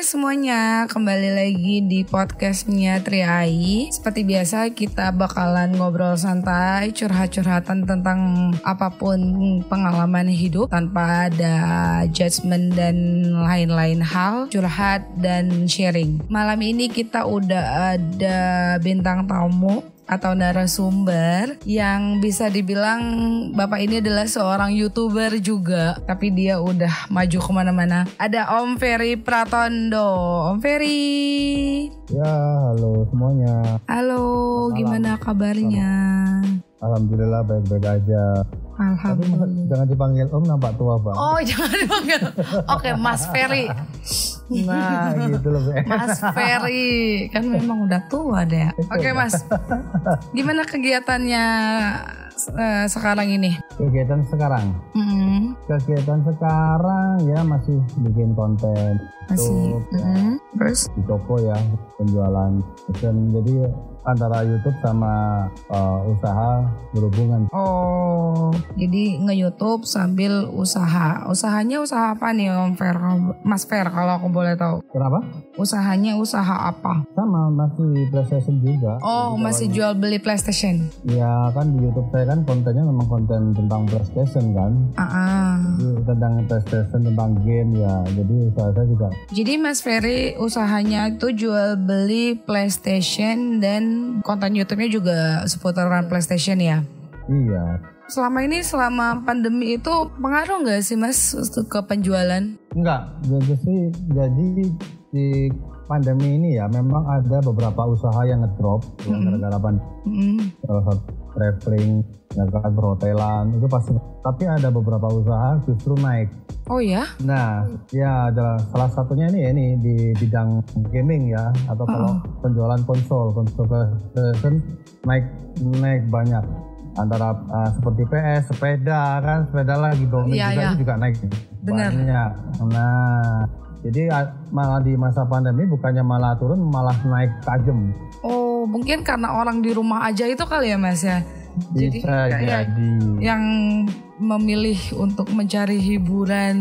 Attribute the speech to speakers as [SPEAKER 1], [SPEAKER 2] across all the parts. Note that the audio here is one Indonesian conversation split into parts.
[SPEAKER 1] semuanya, kembali lagi di podcastnya Triai. Seperti biasa kita bakalan ngobrol santai, curhat-curhatan tentang apapun pengalaman hidup tanpa ada judgement dan lain-lain hal, curhat dan sharing. Malam ini kita udah ada bintang tamu atau narasumber yang bisa dibilang bapak ini adalah seorang YouTuber juga, tapi dia udah maju kemana-mana. Ada Om Ferry Pratondo. Om Ferry.
[SPEAKER 2] Ya, halo semuanya.
[SPEAKER 1] Halo, gimana kabarnya?
[SPEAKER 2] Alhamdulillah baik-baik aja.
[SPEAKER 1] Alhamdulillah.
[SPEAKER 2] Tapi jangan dipanggil Om, nampak tua Bang.
[SPEAKER 1] Oh, jangan dipanggil. Oke, Mas Ferry.
[SPEAKER 2] Nah, gitu loh.
[SPEAKER 1] Mas Ferry, kan memang udah tua deh. Oke, Mas. Gimana kegiatannya sekarang ini?
[SPEAKER 2] Kegiatan sekarang? Kegiatan sekarang ya masih bikin konten.
[SPEAKER 1] Masih. Terus?
[SPEAKER 2] Di toko ya, penjualan. Dan jadi antara YouTube sama usaha berhubungan.
[SPEAKER 1] Oh, jadi nge-YouTube sambil usaha. Usahanya usaha apa nih Om Fer? Mas Fer, kalau aku boleh tahu.
[SPEAKER 2] Kenapa?
[SPEAKER 1] Usahanya usaha apa?
[SPEAKER 2] Sama, masih PlayStation juga.
[SPEAKER 1] Oh,
[SPEAKER 2] jadi
[SPEAKER 1] masih jual beli PlayStation?
[SPEAKER 2] Ya kan di YouTube saya kan kontennya memang konten tentang PlayStation kan. Jadi, tentang PlayStation, tentang game ya. Jadi usaha saya juga.
[SPEAKER 1] Jadi Mas Ferry usahanya itu jual beli PlayStation dan konten YouTube-nya juga seputaran PlayStation ya?
[SPEAKER 2] Iya.
[SPEAKER 1] Selama pandemi itu pengaruh nggak sih Mas ke penjualan?
[SPEAKER 2] Enggak, jadi di pandemi ini ya memang ada beberapa usaha yang ngedrop ya, gara-gara pandemi. Salah satu traveling, gara-gara perhotelan itu pasti. Tapi ada beberapa usaha justru naik.
[SPEAKER 1] Oh ya?
[SPEAKER 2] Nah, ya adalah salah satunya ini di bidang gaming ya, atau kalau penjualan konsol PlayStation naik banyak. Antara seperti PS, sepeda lagi booming juga itu juga naik.
[SPEAKER 1] Benar.
[SPEAKER 2] Banyak. Nah, jadi malah di masa pandemi bukannya malah turun, malah naik tajam.
[SPEAKER 1] Oh, mungkin karena orang di rumah aja itu kali ya Mas ya?
[SPEAKER 2] Bisa jadi.
[SPEAKER 1] Yang memilih untuk mencari hiburan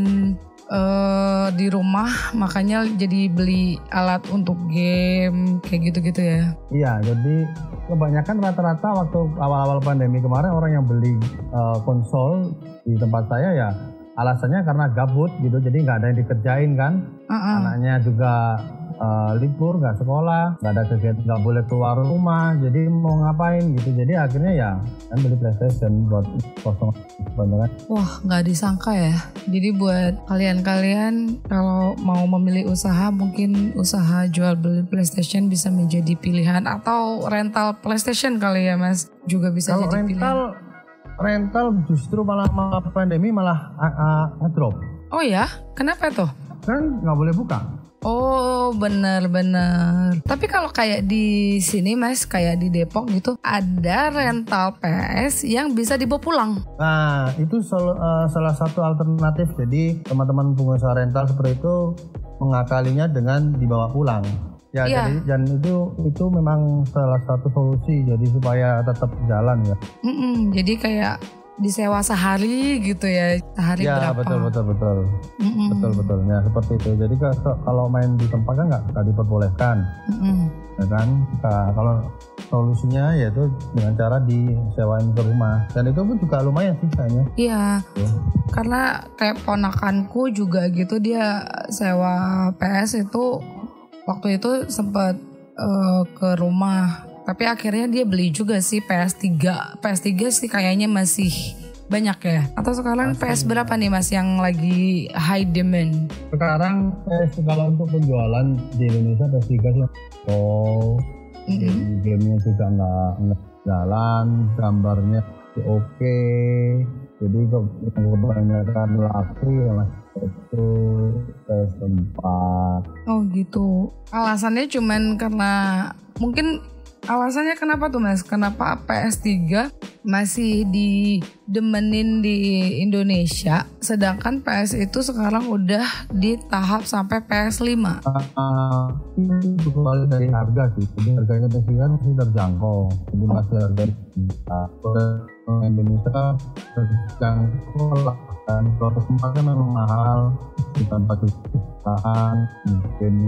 [SPEAKER 1] di rumah, makanya jadi beli alat untuk game kayak gitu-gitu ya?
[SPEAKER 2] Iya, jadi kebanyakan rata-rata waktu awal-awal pandemi kemarin orang yang beli konsol di tempat saya ya alasannya karena gabut gitu, jadi nggak ada yang dikerjain kan. Anaknya juga libur, nggak sekolah, nggak ada kegiatan, nggak boleh keluar rumah, jadi mau ngapain gitu. Jadi akhirnya ya kan beli PlayStation buat kosong banget.
[SPEAKER 1] Wah, nggak disangka ya. Jadi buat kalian-kalian kalau mau memilih usaha, mungkin usaha jual beli PlayStation bisa menjadi pilihan, atau rental PlayStation kali ya Mas, juga bisa
[SPEAKER 2] kalau
[SPEAKER 1] jadi pilihan.
[SPEAKER 2] Rental justru malah pandemi malah drop.
[SPEAKER 1] Oh ya? Kenapa tuh?
[SPEAKER 2] Kan nggak boleh buka.
[SPEAKER 1] Oh, benar. Tapi kalau kayak di sini Mas, kayak di Depok gitu, ada rental PS yang bisa dibawa pulang.
[SPEAKER 2] Nah, itu salah satu alternatif. Jadi teman-teman pengusaha rental seperti itu mengakalinya dengan dibawa pulang. Ya, jadi, dan itu memang salah satu solusi. Jadi supaya tetap jalan ya.
[SPEAKER 1] Jadi kayak disewa sehari gitu ya, sehari
[SPEAKER 2] ya,
[SPEAKER 1] berapa?
[SPEAKER 2] Betul. Betul. Ya, seperti itu. Jadi kalau main di tempat kan nggak diperbolehkan, ya kan? Nah, kalau solusinya yaitu dengan cara disewain ke rumah, dan itu pun juga lumayan sih kayaknya.
[SPEAKER 1] Iya, karena kayak ponakanku juga gitu, dia sewa PS itu waktu itu sempat ke rumah. Tapi akhirnya dia beli juga sih PS3 sih kayaknya masih banyak ya. Atau sekarang PS berapa nih Mas yang lagi high demand?
[SPEAKER 2] Sekarang kalau untuk penjualan di Indonesia PS3 sih gamenya juga nggak jalan, gambarnya oke. Jadi kebanyakan laku ya Mas itu PS4.
[SPEAKER 1] Oh gitu. Alasannya cuman karena mungkin Alasannya kenapa tuh Mas? Kenapa PS3 masih didemenin di Indonesia, sedangkan PS itu sekarang udah di tahap sampai PS5?
[SPEAKER 2] Itu kembali dari harga sih. Jadi harganya PS3 kan masih terjangkau. Jadi masih harga Indonesia terjangkau lah. Dan kalau tempatnya memang mahal, di tempat jutaan, mungkin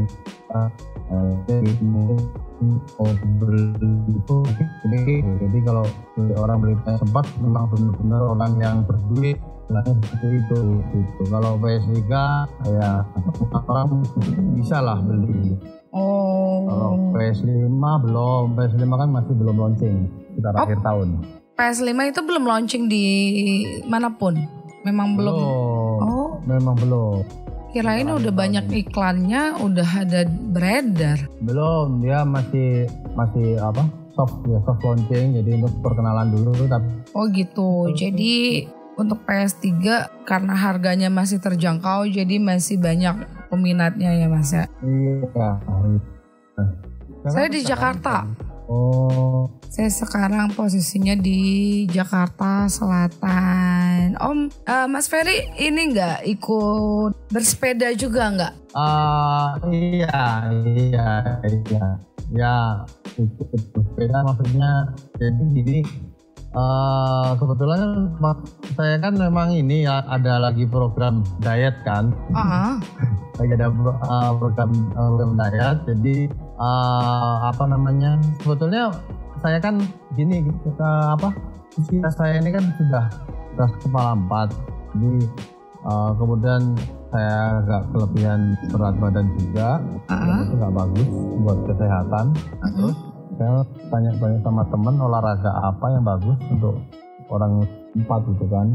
[SPEAKER 2] jadi kalau orang beli sempat memang benar-benar orang yang berduit seperti itu gitu. Kalau PS3 ya orang bisa lah beli. Kalau PS5 kan masih belum launching sekitar akhir tahun.
[SPEAKER 1] PS5 itu belum launching di manapun. Memang belum. Memang belum. Kirain udah banyak iklannya, udah ada beredar.
[SPEAKER 2] Belum, dia masih soft launching, jadi untuk perkenalan dulu tapi.
[SPEAKER 1] Oh gitu. Jadi untuk PS3 karena harganya masih terjangkau, jadi masih banyak peminatnya ya Mas ya.
[SPEAKER 2] Iya.
[SPEAKER 1] Saya di Jakarta. Saya sekarang posisinya di Jakarta Selatan. Mas Ferry ini nggak ikut bersepeda juga nggak?
[SPEAKER 2] Iya. Ya ikut bersepeda maksudnya. Jadi gini, kebetulan saya kan memang ini ya ada lagi program diet kan. Lagi ada program diet. Jadi sebetulnya saya kan gini usia saya ini kan sudah kepala 4, jadi kemudian saya agak kelebihan berat badan juga, itu nggak bagus buat kesehatan. Terus saya tanya-tanya sama teman olahraga apa yang bagus untuk orang 4 gitu kan.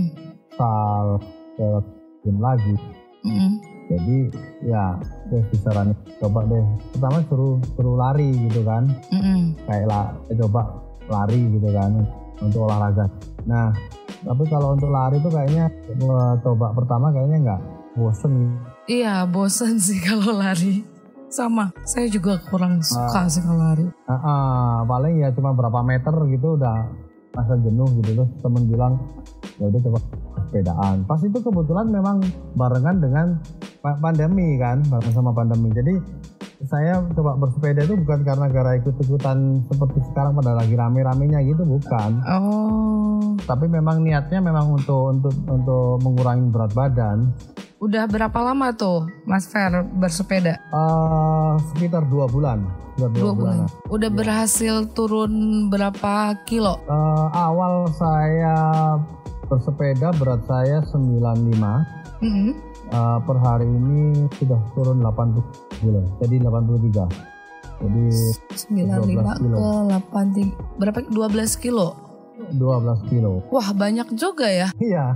[SPEAKER 2] Gym lagi. Jadi ya disaranin coba deh, pertama suruh lari gitu kan. Kayak coba lari gitu kan untuk olahraga. Nah tapi kalau untuk lari tuh kayaknya coba pertama kayaknya nggak, bosen.
[SPEAKER 1] Iya bosen sih kalau lari. Sama, saya juga kurang suka sih kalau lari.
[SPEAKER 2] Paling ya cuma berapa meter gitu udah masa jenuh gitu. Terus temen bilang ya udah coba sepedaan. Pas itu kebetulan memang barengan dengan pandemi kan, bareng sama pandemi. Jadi saya coba bersepeda itu bukan karena gara ikut-ikutan seperti sekarang pada lagi rame-ramenya gitu, bukan. Tapi memang niatnya memang untuk mengurangi berat badan.
[SPEAKER 1] Udah berapa lama tuh Mas Fer bersepeda?
[SPEAKER 2] Sekitar 2 bulan. 2 bulan.
[SPEAKER 1] Udah berhasil turun berapa kilo?
[SPEAKER 2] Awal saya bersepeda berat saya 95. Per hari ini sudah turun 80 kilo, jadi 83. Jadi
[SPEAKER 1] 95 ke 83, berapa? 12 kilo?
[SPEAKER 2] 12 kilo.
[SPEAKER 1] Wah banyak juga ya.
[SPEAKER 2] Iya.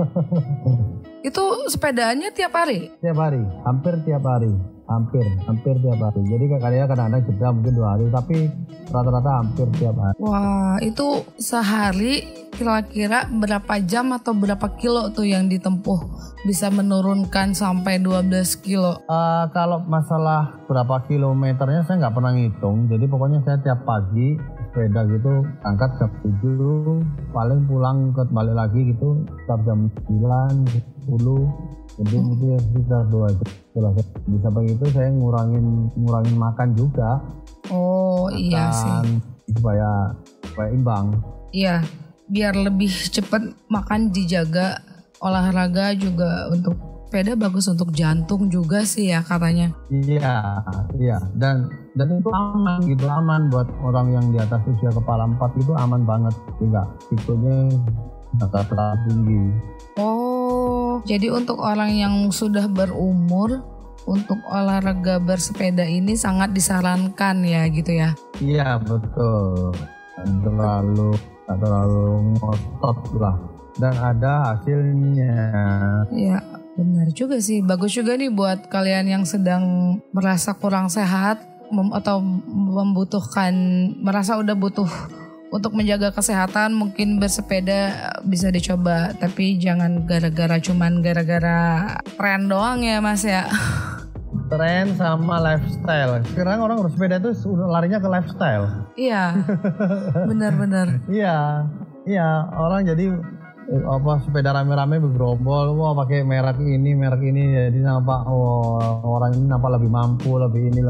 [SPEAKER 1] Itu sepedaannya tiap hari?
[SPEAKER 2] Tiap hari, hampir tiap hari. Hampir tiap hari. Jadi kadang-kadang jeda mungkin 2 hari, tapi rata-rata hampir tiap hari.
[SPEAKER 1] Wah, itu sehari kira-kira berapa jam atau berapa kilo tuh yang ditempuh bisa menurunkan sampai 12 kilo?
[SPEAKER 2] Kalau masalah berapa kilometernya saya nggak pernah ngitung. Jadi pokoknya saya tiap pagi sepeda gitu, angkat jam 7, paling pulang balik lagi gitu jam 9, 10. Jadi itu ya sekitar 2 jam. Bisa begitu saya ngurangin makan juga.
[SPEAKER 1] Iya sih.
[SPEAKER 2] Supaya imbang.
[SPEAKER 1] Iya, biar lebih cepat makan dijaga, olahraga juga untuk sepeda bagus untuk jantung juga sih ya katanya.
[SPEAKER 2] Iya. Dan itu aman buat orang yang di atas usia kepala 4 itu aman banget. Enggak, risikonya enggak terlalu tinggi.
[SPEAKER 1] Jadi untuk orang yang sudah berumur, untuk olahraga bersepeda ini sangat disarankan ya gitu ya? Iya
[SPEAKER 2] betul, tak terlalu ngotot lah, dan ada hasilnya.
[SPEAKER 1] Iya benar juga sih, bagus juga nih buat kalian yang sedang merasa kurang sehat atau merasa udah butuh untuk menjaga kesehatan, mungkin bersepeda bisa dicoba, tapi jangan gara-gara tren doang ya Mas ya.
[SPEAKER 2] tren sama lifestyle. Sekarang orang bersepeda itu larinya ke lifestyle.
[SPEAKER 1] Iya, benar-benar.
[SPEAKER 2] Iya, orang jadi sepeda rame-rame bergerombol, wah pakai merek ini, jadi nampak orang ini nampak lebih mampu, lebih ini.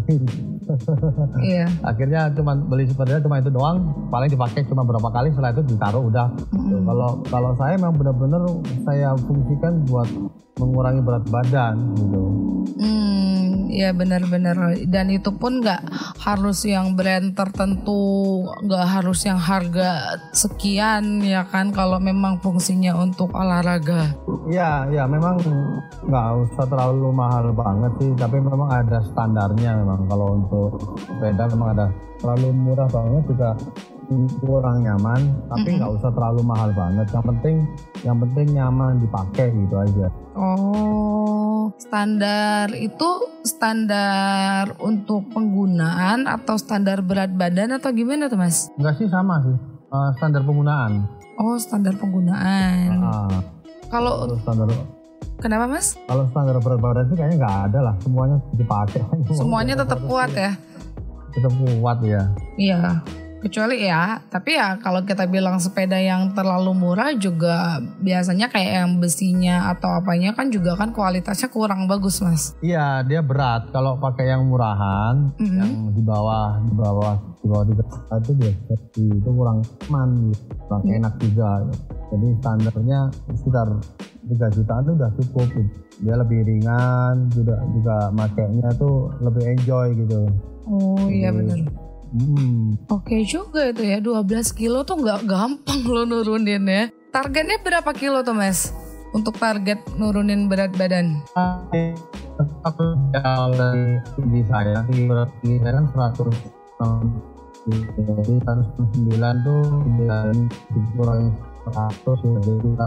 [SPEAKER 2] Iya. Akhirnya cuma beli sepeda cuma itu doang, paling dipakai cuma berapa kali, setelah itu ditaruh udah. Kalau saya memang benar-benar saya fungsikan buat mengurangi berat badan gitu.
[SPEAKER 1] Ya benar-benar, dan itu pun nggak harus yang brand tertentu, nggak harus yang harga sekian ya kan, kalau memang fungsinya untuk olahraga.
[SPEAKER 2] Iya memang nggak usah terlalu mahal banget sih, tapi memang ada standarnya. Memang kalau untuk sepeda memang ada, terlalu murah banget juga kurang nyaman, tapi nggak usah terlalu mahal banget. Yang penting nyaman dipakai gitu aja.
[SPEAKER 1] Oh, standar itu standar untuk penggunaan atau standar berat badan atau gimana tuh Mas?
[SPEAKER 2] Enggak sih, sama sih, standar penggunaan.
[SPEAKER 1] Oh, standar penggunaan. Kalau standar, kenapa Mas?
[SPEAKER 2] Kalau standar berat badan sih kayaknya nggak ada lah, semuanya dipakai.
[SPEAKER 1] Semuanya tetap kuat ya?
[SPEAKER 2] Tetap kuat ya.
[SPEAKER 1] Iya. Kecuali ya, tapi ya kalau kita bilang sepeda yang terlalu murah juga biasanya kayak yang besinya atau apanya kan juga kan kualitasnya kurang bagus Mas.
[SPEAKER 2] Iya, dia berat. Kalau pakai yang murahan, yang di bawah itu dia seperti itu kurang aman, kurang enak juga. Jadi standarnya sekitar 3 jutaan itu udah cukup. Dia lebih ringan, juga makainya tuh lebih enjoy gitu.
[SPEAKER 1] Oh iya benar. Oke juga itu ya, 12 kilo tuh gak gampang lo nurunin ya. Targetnya berapa kilo tuh Mas untuk target nurunin berat badan?
[SPEAKER 2] Dari tinggi saya kan 100, jadi 109 tuh dikurangi 100, jadi kita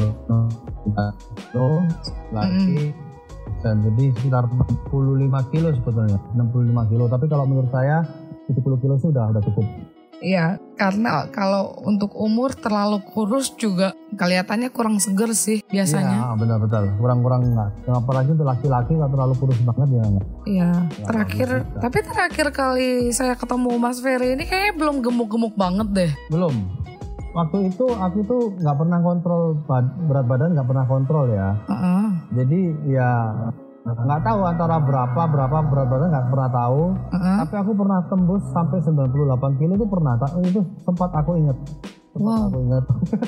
[SPEAKER 2] lagi. Dan jadi sekitar 65 kilo sebetulnya, 65 kilo. Tapi kalau menurut saya 70 kilo sudah cukup.
[SPEAKER 1] Iya, karena kalau untuk umur terlalu kurus juga kelihatannya kurang seger sih biasanya.
[SPEAKER 2] Iya, benar-benar. Kurang enggak. Apalagi untuk laki-laki nggak terlalu kurus banget ya enggak?
[SPEAKER 1] Iya, terakhir kali saya ketemu Mas Ferry ini kayaknya belum gemuk-gemuk banget deh.
[SPEAKER 2] Belum. Waktu itu aku tuh nggak pernah kontrol berat badan, nggak pernah kontrol ya. Jadi ya nggak tahu antara berapa berat badan, nggak pernah tahu. Tapi aku pernah tembus sampai 98 kilo itu pernah. Itu sempat aku ingat.
[SPEAKER 1] Wow.
[SPEAKER 2] Aku ingat.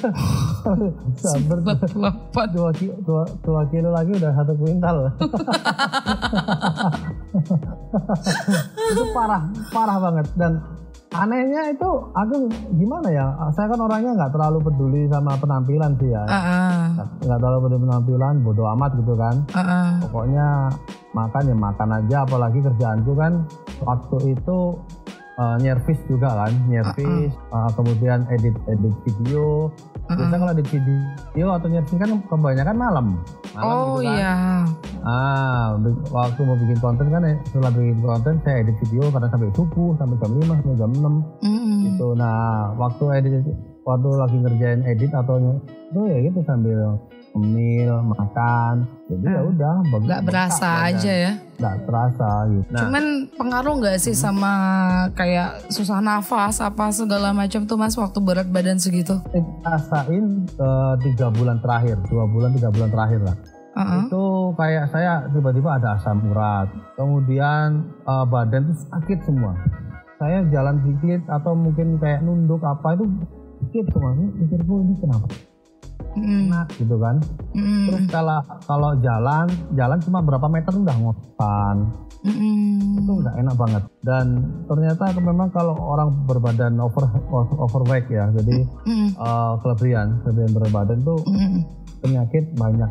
[SPEAKER 2] 2 kilo lagi udah 1 kuintal. Itu parah banget. Dan anehnya itu aku gimana ya, saya kan orangnya nggak terlalu peduli sama penampilan sih ya. Nggak terlalu peduli penampilan, bodo amat gitu kan. Pokoknya makan aja, apalagi kerjaanku kan waktu itu nyervis juga kan, kemudian edit video. Biasanya kalau edit video atau nyervis kan kebanyakan malam
[SPEAKER 1] gitu kan. Iya.
[SPEAKER 2] Waktu mau bikin konten kan, setelah bikin konten saya edit video kadang sampai subuh, sampai jam 5, sampai jam 6 gitu. Nah waktu lagi ngerjain edit atau itu ya gitu sambil ngemil, makan, jadi ya udah
[SPEAKER 1] nggak berasa aja ya,
[SPEAKER 2] nggak terasa gitu.
[SPEAKER 1] Cuman pengaruh nggak sih sama kayak susah nafas apa segala macam tuh Mas waktu berat badan segitu?
[SPEAKER 2] Rasain 3 bulan terakhir, 2-3 bulan terakhir lah. Itu kayak saya tiba-tiba ada asam urat, kemudian badan tuh sakit semua. Saya jalan dikit atau mungkin kayak nunduk apa itu sakit semua. Pikirku ini kenapa? Enak gitu kan. Terus kalau jalan cuma berapa meter udah ngotan. Itu nggak enak banget. Dan ternyata memang kalau orang berbadan overweight ya, jadi kelebihan berat badan tuh penyakit banyak.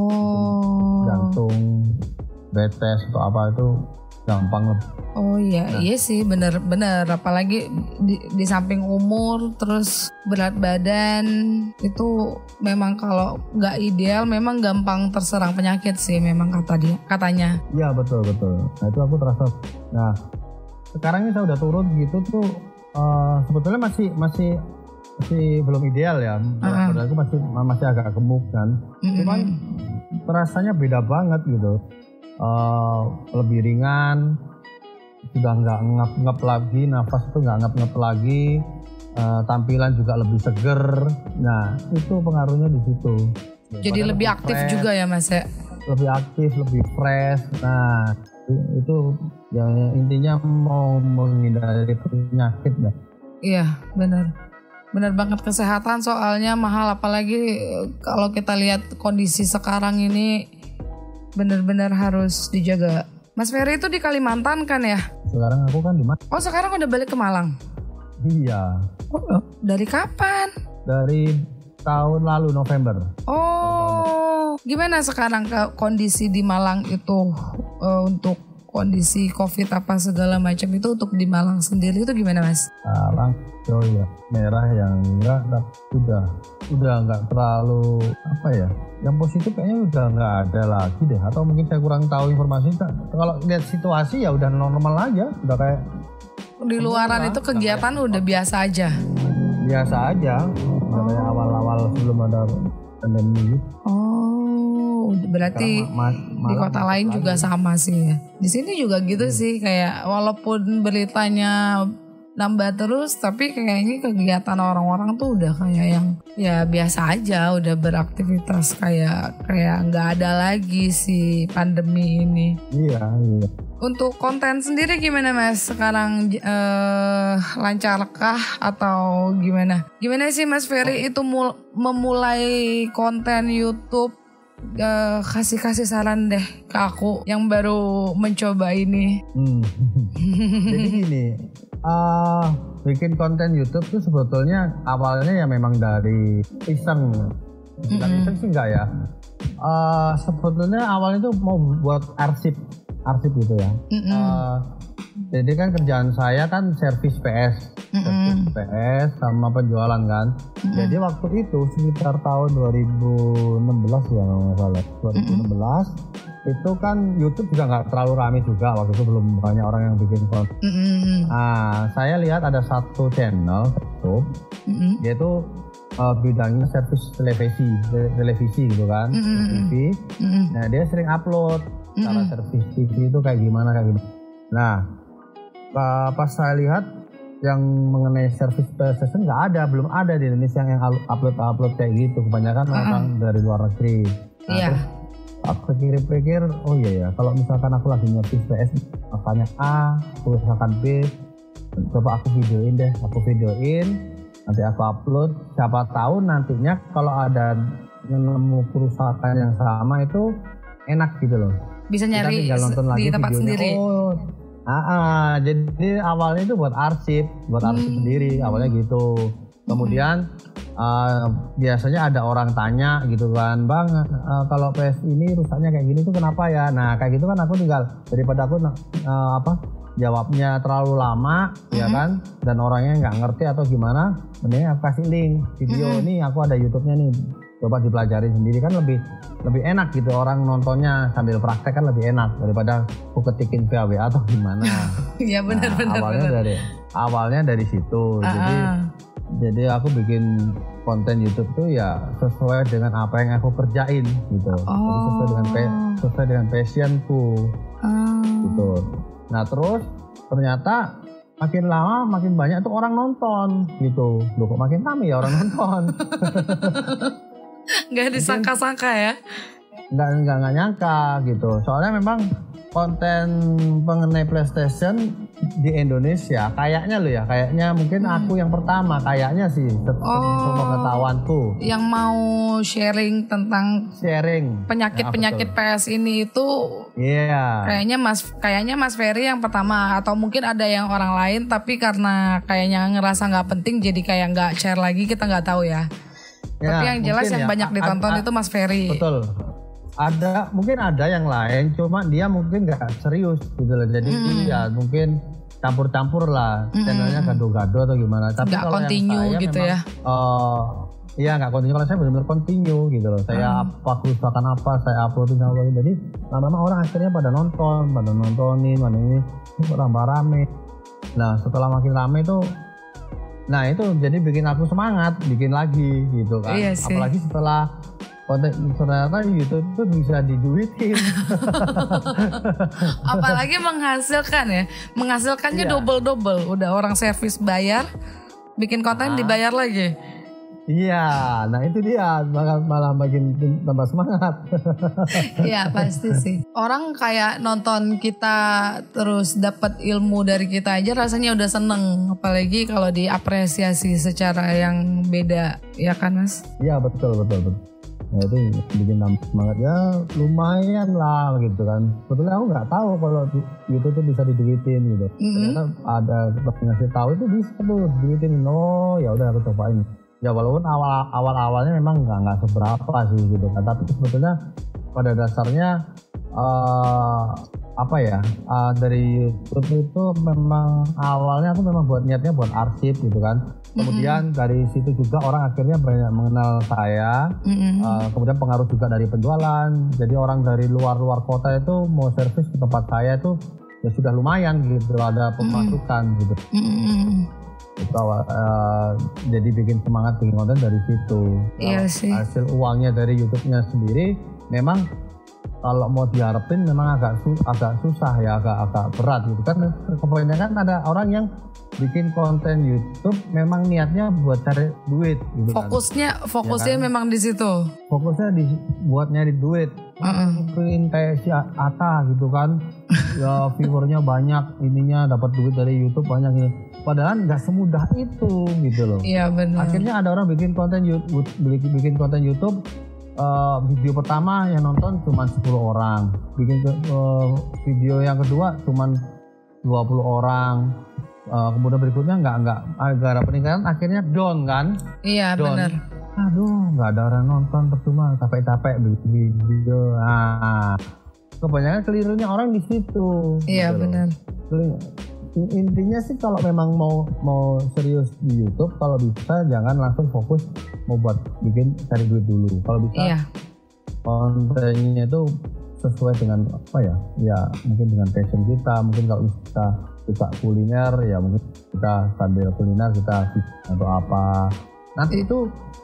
[SPEAKER 2] Jantung, diabetes atau apa itu gampang.
[SPEAKER 1] Iya sih, bener apalagi di samping umur terus berat badan itu memang kalau nggak ideal memang gampang terserang penyakit sih memang katanya. Iya
[SPEAKER 2] betul. Nah itu aku terasa. Nah sekarang ini saya udah turun gitu tuh, sebetulnya masih belum ideal ya. Badanku masih agak gemuk kan. Cuman rasanya beda banget gitu. lebih ringan, sudah nggak ngap-ngap lagi, nafas itu nggak ngap-ngap lagi, tampilan juga lebih seger. Nah itu pengaruhnya di situ.
[SPEAKER 1] Jadi lebih aktif fresh, juga ya Mas ya?
[SPEAKER 2] Lebih aktif, lebih fresh. Nah itu ya intinya mau menghindari penyakit lah.
[SPEAKER 1] Iya benar banget, kesehatan soalnya mahal, apalagi kalau kita lihat kondisi sekarang ini benar-benar harus dijaga. Mas Ferry itu di Kalimantan kan ya?
[SPEAKER 2] Sekarang aku kan di Malang.
[SPEAKER 1] Oh sekarang udah balik ke Malang?
[SPEAKER 2] Iya.
[SPEAKER 1] Oh, dari kapan?
[SPEAKER 2] Dari tahun lalu November.
[SPEAKER 1] Oh gimana sekarang kondisi di Malang itu untuk kondisi COVID apa segala macam itu, untuk di Malang sendiri itu gimana Mas?
[SPEAKER 2] Sekarang ya merah, yang enggak udah nggak terlalu apa ya, yang positif kayaknya udah nggak ada lagi deh, atau mungkin saya kurang tahu informasi. Kalau lihat situasi ya udah normal aja, udah kayak
[SPEAKER 1] di luaran itu kegiatan udah biasa aja udah
[SPEAKER 2] kayak awal-awal sebelum ada pandemi.
[SPEAKER 1] Berarti di kota lain juga sama sih ya. Di sini juga gitu sih, kayak walaupun beritanya nambah terus, tapi kayaknya kegiatan orang-orang tuh udah kayak yang ya biasa aja, udah beraktivitas kayak nggak ada lagi si pandemi ini. Iya. Untuk konten sendiri gimana Mas sekarang, lancarkah atau gimana? Gimana sih Mas Ferry itu memulai konten YouTube? Kasih saran deh ke aku yang baru mencoba ini.
[SPEAKER 2] Jadi gini, bikin konten YouTube tuh sebetulnya awalnya ya memang dari iseng. Iseng sih enggak ya. Sebetulnya awalnya tuh mau buat arsip gitu ya. Jadi kan kerjaan saya kan servis PS sama penjualan kan. Jadi waktu itu sekitar tahun 2016 ya kalau nggak salah, 2016 itu kan YouTube juga nggak terlalu ramai juga, waktu itu belum banyak orang yang bikin konten. Saya lihat ada satu channel YouTube, yaitu bidangnya servis televisi gitu kan, TV. Nah dia sering upload cara servis TV itu kayak gimana. Nah pas saya lihat yang mengenai service PlayStation belum ada di Indonesia yang upload kayak gitu. Kebanyakan orang dari luar negeri. Nah, terus aku pikir, oh iya ya, kalau misalkan aku lagi nyetis PS, makanya A, aku misalkan B, coba aku videoin, nanti aku upload. Siapa tahu nantinya kalau ada nemu kerusakan yang sama itu enak gitu loh.
[SPEAKER 1] Bisa nyari di tempat sendiri.
[SPEAKER 2] Jadi awalnya itu buat arsip sendiri awalnya gitu. Kemudian biasanya ada orang tanya gitu kan, Bang, kalau PS ini rusaknya kayak gini tuh kenapa ya? Nah kayak gitu kan aku tinggal, daripada aku jawabnya terlalu lama ya kan, dan orangnya nggak ngerti atau gimana, mending aku kasih link video nih, aku ada YouTube-nya nih, coba dipelajari sendiri kan lebih enak gitu, orang nontonnya sambil praktek kan lebih enak daripada aku ketikin via WA atau gimana.
[SPEAKER 1] Iya benar.
[SPEAKER 2] Awalnya dari situ. Jadi aku bikin konten YouTube tuh ya sesuai dengan apa yang aku kerjain gitu. Jadi sesuai dengan passionku. Gitu. Nah terus ternyata makin lama makin banyak tuh orang nonton gitu. Loh kok makin rame ya orang nonton.
[SPEAKER 1] Nggak disangka-sangka ya?
[SPEAKER 2] Nggak nyangka gitu. Soalnya memang konten mengenai PlayStation di Indonesia kayaknya mungkin aku yang pertama kayaknya sih, sepengetahuanku. Yang
[SPEAKER 1] mau sharing tentang penyakit PS ini itu.
[SPEAKER 2] Iya.
[SPEAKER 1] Kayaknya Mas Ferry yang pertama, atau mungkin ada yang orang lain tapi karena kayaknya ngerasa nggak penting jadi kayak nggak share lagi, kita nggak tahu ya. Tapi yang jelas yang banyak ditonton itu Mas Ferry.
[SPEAKER 2] Betul. Mungkin ada yang lain, cuma dia mungkin nggak serius gitu loh. Jadi dia mungkin campur-campur lah, channelnya gado-gado atau gimana. Tapi
[SPEAKER 1] nggak
[SPEAKER 2] kalau
[SPEAKER 1] continue
[SPEAKER 2] yang saya
[SPEAKER 1] gitu
[SPEAKER 2] memang,
[SPEAKER 1] ya?
[SPEAKER 2] Iya nggak continue. Kalau saya benar-benar continue gitu loh. Saya kerusakan apa, saya uploadin. Jadi lama-lama orang akhirnya pada nontonin, mana ini tambah rame. Nah setelah makin rame itu. Nah itu jadi bikin aku semangat, bikin lagi gitu kan.
[SPEAKER 1] Iya sih.
[SPEAKER 2] Apalagi setelah konten ternyata YouTube tuh bisa diduitin.
[SPEAKER 1] Apalagi menghasilkan ya. Menghasilkannya double. Udah orang servis bayar, bikin konten dibayar lagi.
[SPEAKER 2] Iya, nah itu dia malah makin tambah semangat.
[SPEAKER 1] Iya pasti sih. Orang kayak nonton kita terus dapat ilmu dari kita aja rasanya udah seneng. Apalagi kalau diapresiasi secara yang beda, ya kan Mas?
[SPEAKER 2] Iya betul. Nah itu bikin nambah semangat ya, lumayan lah gitu kan. Sebetulnya aku nggak tahu kalau YouTube tuh bisa diduitin gitu. Ternyata ada ngasih tahu itu bisa tuh diduitin. Oh ya udah aku cobain. Ya walaupun awalnya memang nggak seberapa sih gitu kan, tapi sebetulnya pada dasarnya dari YouTube itu memang awalnya aku memang niatnya buat arsip gitu kan. Kemudian dari situ juga orang akhirnya banyak mengenal saya. Kemudian pengaruh juga dari penjualan. Jadi orang dari luar kota itu mau servis ke tempat saya itu ya sudah lumayan gitu, ada pemasukan gitu. Jadi bikin semangat bikin konten dari situ.
[SPEAKER 1] Iya sih.
[SPEAKER 2] Hasil uangnya dari YouTube-nya sendiri memang kalau mau diharapin memang agak susah ya, agak berat gitu kan. Kebanyakan ada orang yang bikin konten YouTube memang niatnya buat cari duit gitu.
[SPEAKER 1] Fokusnya
[SPEAKER 2] ya kan?
[SPEAKER 1] Memang di situ.
[SPEAKER 2] Fokusnya buat nyari duit. Mungkin kayak si Ata gitu kan. Ya viewernya banyak, ininya dapat duit dari YouTube banyak ini. Padahal nggak semudah itu gitu loh.
[SPEAKER 1] Iya benar.
[SPEAKER 2] Akhirnya ada orang bikin konten YouTube, video pertama yang nonton cuma 10 orang, bikin video yang kedua cuma 20 orang, kemudian berikutnya nggak ada peningkatan, akhirnya down kan?
[SPEAKER 1] Iya benar.
[SPEAKER 2] Aduh, nggak ada orang nonton, percuma capek bikin video. Kebanyakan kelirunya orang di situ.
[SPEAKER 1] Iya
[SPEAKER 2] gitu
[SPEAKER 1] benar.
[SPEAKER 2] Intinya sih kalau memang mau serius di YouTube, kalau bisa jangan langsung fokus mau buat bikin cari duit dulu. Kalau bisa kontennya itu sesuai dengan apa ya? Ya mungkin dengan passion kita. Mungkin kalau kita suka kuliner ya mungkin kita sambil kuliner kita atau apa. Nanti itu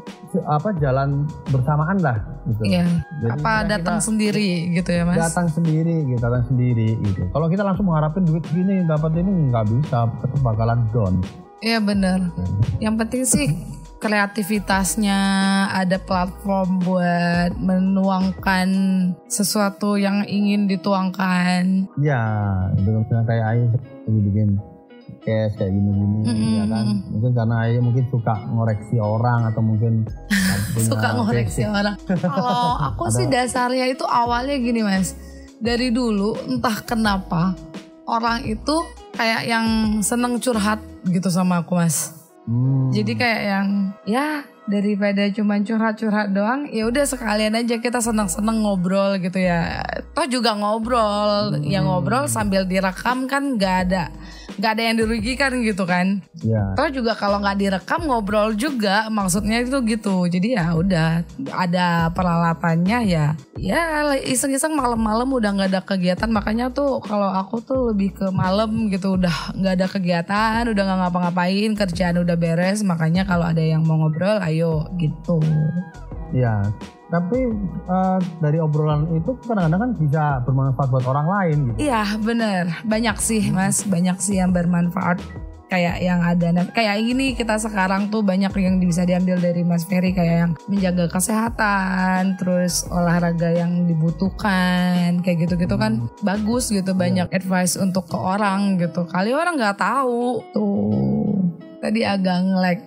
[SPEAKER 2] jalan bersamaan lah gitu.
[SPEAKER 1] Iya.
[SPEAKER 2] Jadi
[SPEAKER 1] apa datang sendiri gitu ya Mas?
[SPEAKER 2] Datang sendiri gitu. Kalau kita langsung mengharapin duit gini dapat ini nggak bisa, itu bakalan down.
[SPEAKER 1] Iya benar. Yang penting sih kreativitasnya, ada platform buat menuangkan sesuatu yang ingin dituangkan.
[SPEAKER 2] Ya, itu misalnya kayak Ayu bikin cash kayak gini-gini ya kan. Mungkin karena Ayu mungkin suka ngoreksi orang atau mungkin
[SPEAKER 1] suka ngoreksi orang. Kalau aku sih dasarnya itu awalnya gini Mas. Dari dulu entah kenapa orang itu kayak yang seneng curhat gitu sama aku Mas. Jadi kayak yang ya daripada cuma curhat-curhat doang, ya udah sekalian aja kita seneng-seneng ngobrol gitu ya. Toh juga ngobrol, yang ngobrol sambil direkam kan nggak ada yang dirugikan gitu kan.
[SPEAKER 2] Yeah.
[SPEAKER 1] Toh juga kalau nggak direkam ngobrol juga, maksudnya itu gitu. Jadi ya udah ada peralatannya ya iseng-iseng malam-malam udah nggak ada kegiatan, makanya tuh kalau aku tuh lebih ke malam gitu, udah nggak ada kegiatan, udah nggak ngapa-ngapain, kerjaan udah beres, makanya kalau ada yang mau ngobrol ayo gitu.
[SPEAKER 2] Ya, tapi dari obrolan itu kadang-kadang kan bisa bermanfaat buat orang lain gitu.
[SPEAKER 1] Iya bener, banyak sih Mas, banyak sih yang bermanfaat. Kayak yang ada, kayak ini kita sekarang tuh banyak yang bisa diambil dari Mas Ferry, kayak yang menjaga kesehatan, terus olahraga yang dibutuhkan, kayak gitu-gitu kan bagus gitu, banyak advice untuk ke orang gitu. Kali orang nggak tahu tuh. Tadi agak nge-lag.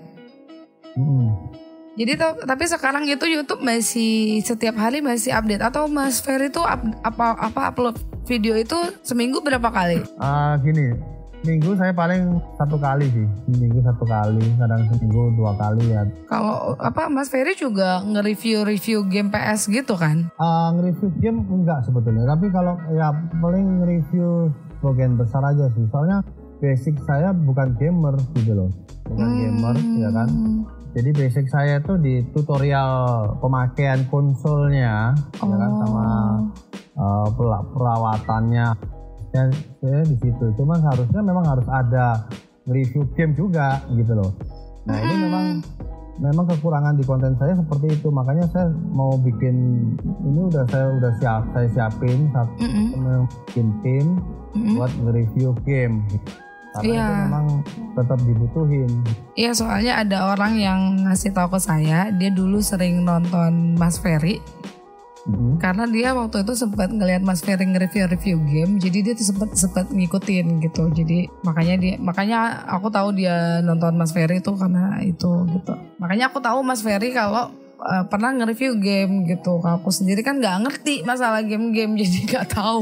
[SPEAKER 1] Jadi tapi sekarang itu YouTube masih setiap hari masih update, atau Mas Ferry tuh upload video itu seminggu berapa kali?
[SPEAKER 2] Gini, minggu saya paling 1 kali sih, seminggu 1 kali, kadang seminggu 2 kali ya.
[SPEAKER 1] Kalau Mas Ferry juga nge-review game PS gitu kan?
[SPEAKER 2] Nge-review game enggak sebetulnya, tapi kalau ya paling nge-review bagian besar aja sih, soalnya basic saya bukan gamer gitu loh, bukan gamer ya kan. Jadi basic saya tuh di tutorial pemakaian konsolnya, ya kan, sama perawatannya. Ya, saya di situ. Cuman harusnya memang harus ada review game juga gitu loh. Nah ini memang memang kekurangan di konten saya seperti itu, makanya saya mau bikin ini saya siapin bikin tim buat nge-review game. Karena itu memang tetap dibutuhin.
[SPEAKER 1] Iya, soalnya ada orang yang ngasih tahu ke saya, dia dulu sering nonton Mas Ferry. Karena dia waktu itu sempat ngelihat Mas Ferry nge-review game, jadi dia sempat ngikutin gitu. Jadi makanya aku tahu dia nonton Mas Ferry itu karena itu gitu. Makanya aku tahu Mas Ferry kalau pernah nge-review game gitu. Aku sendiri kan nggak ngerti masalah game-game, jadi nggak tahu.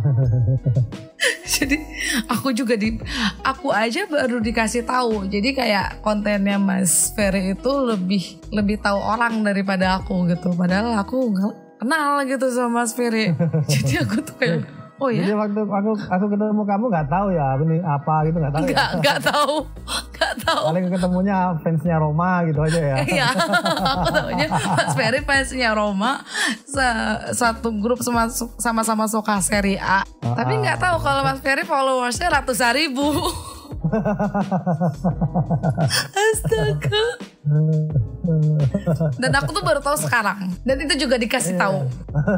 [SPEAKER 1] Jadi aku aja baru dikasih tahu. Jadi kayak kontennya Mas Ferry itu lebih tahu orang daripada aku gitu. Padahal aku kenal gitu sama Mas Ferry. Jadi aku tuh kayak oh ya.
[SPEAKER 2] Jadi waktu aku ketemu kamu nggak tahu ya ini apa gitu, nggak tahu.
[SPEAKER 1] Nggak tahu.
[SPEAKER 2] Paling ketemunya fansnya Roma gitu aja ya.
[SPEAKER 1] Iya, aku tahunya Mas Ferry fansnya Roma, satu grup sama-sama suka Serie A. Tapi nggak tahu kalau Mas Ferry followersnya ratusan ribu. Astaga. Dan aku tuh baru tahu sekarang. Dan itu juga dikasih tahu.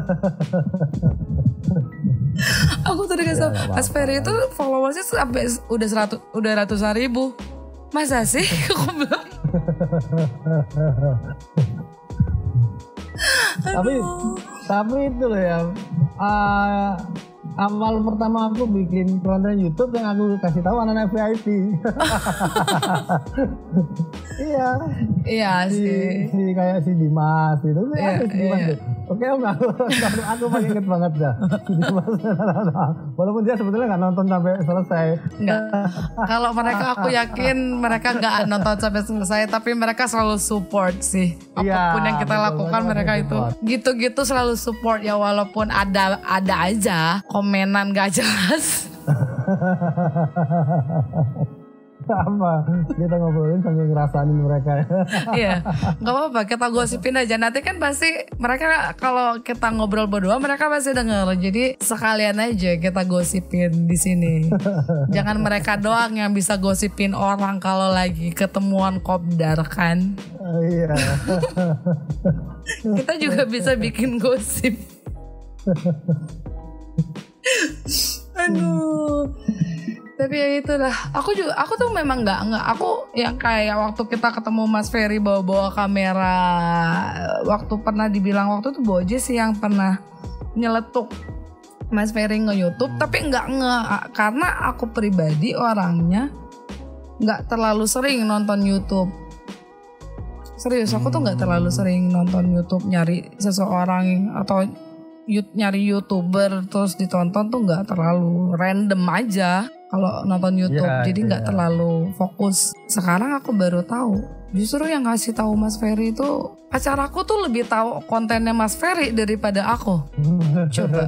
[SPEAKER 1] Aku tuh dikasih tahu Mas Ferry itu followersnya sampai udah ratusan ribu. Masa sih? Aku bilang.
[SPEAKER 2] Tapi itu loh ya. Awal pertama aku bikin konten YouTube yang aku kasih tahu anak-anak VIP. Iya sih. Kayak si Dimas itu. Iya. Oke Om, aku paling inget banget dah. Walaupun dia sebetulnya nggak nonton sampai selesai.
[SPEAKER 1] Nggak. Kalau mereka, aku yakin mereka nggak nonton sampai selesai, tapi mereka selalu support sih. Apapun yang kita lakukan mereka itu gitu-gitu selalu support ya, walaupun ada aja komenan gak jelas.
[SPEAKER 2] Sama, kita ngobrolin sambil ngerasain mereka.
[SPEAKER 1] Iya, nggak apa-apa, kita gosipin aja. Nanti kan pasti mereka kalau kita ngobrol berdua mereka pasti denger. Jadi sekalian aja kita gosipin di sini. Jangan mereka doang yang bisa gosipin orang kalau lagi ketemuan kopdar kan.
[SPEAKER 2] Iya.
[SPEAKER 1] Kita juga bisa bikin gosip. Aduh. Tapi ya itulah, aku tuh memang nggak aku yang kayak waktu kita ketemu Mas Ferry bawa kamera, waktu pernah dibilang waktu itu Boje sih yang pernah nyeletuk Mas Ferry nge-YouTube, tapi nggak karena aku pribadi orangnya nggak terlalu sering nonton YouTube. Serius, aku tuh nggak terlalu sering nonton YouTube, nyari seseorang atau nyari YouTuber terus ditonton tuh nggak terlalu, random aja kalau nonton YouTube, jadi nggak terlalu fokus. Sekarang aku baru tahu, justru yang ngasih tahu Mas Ferry itu pacar aku tuh lebih tahu kontennya Mas Ferry daripada aku. Coba.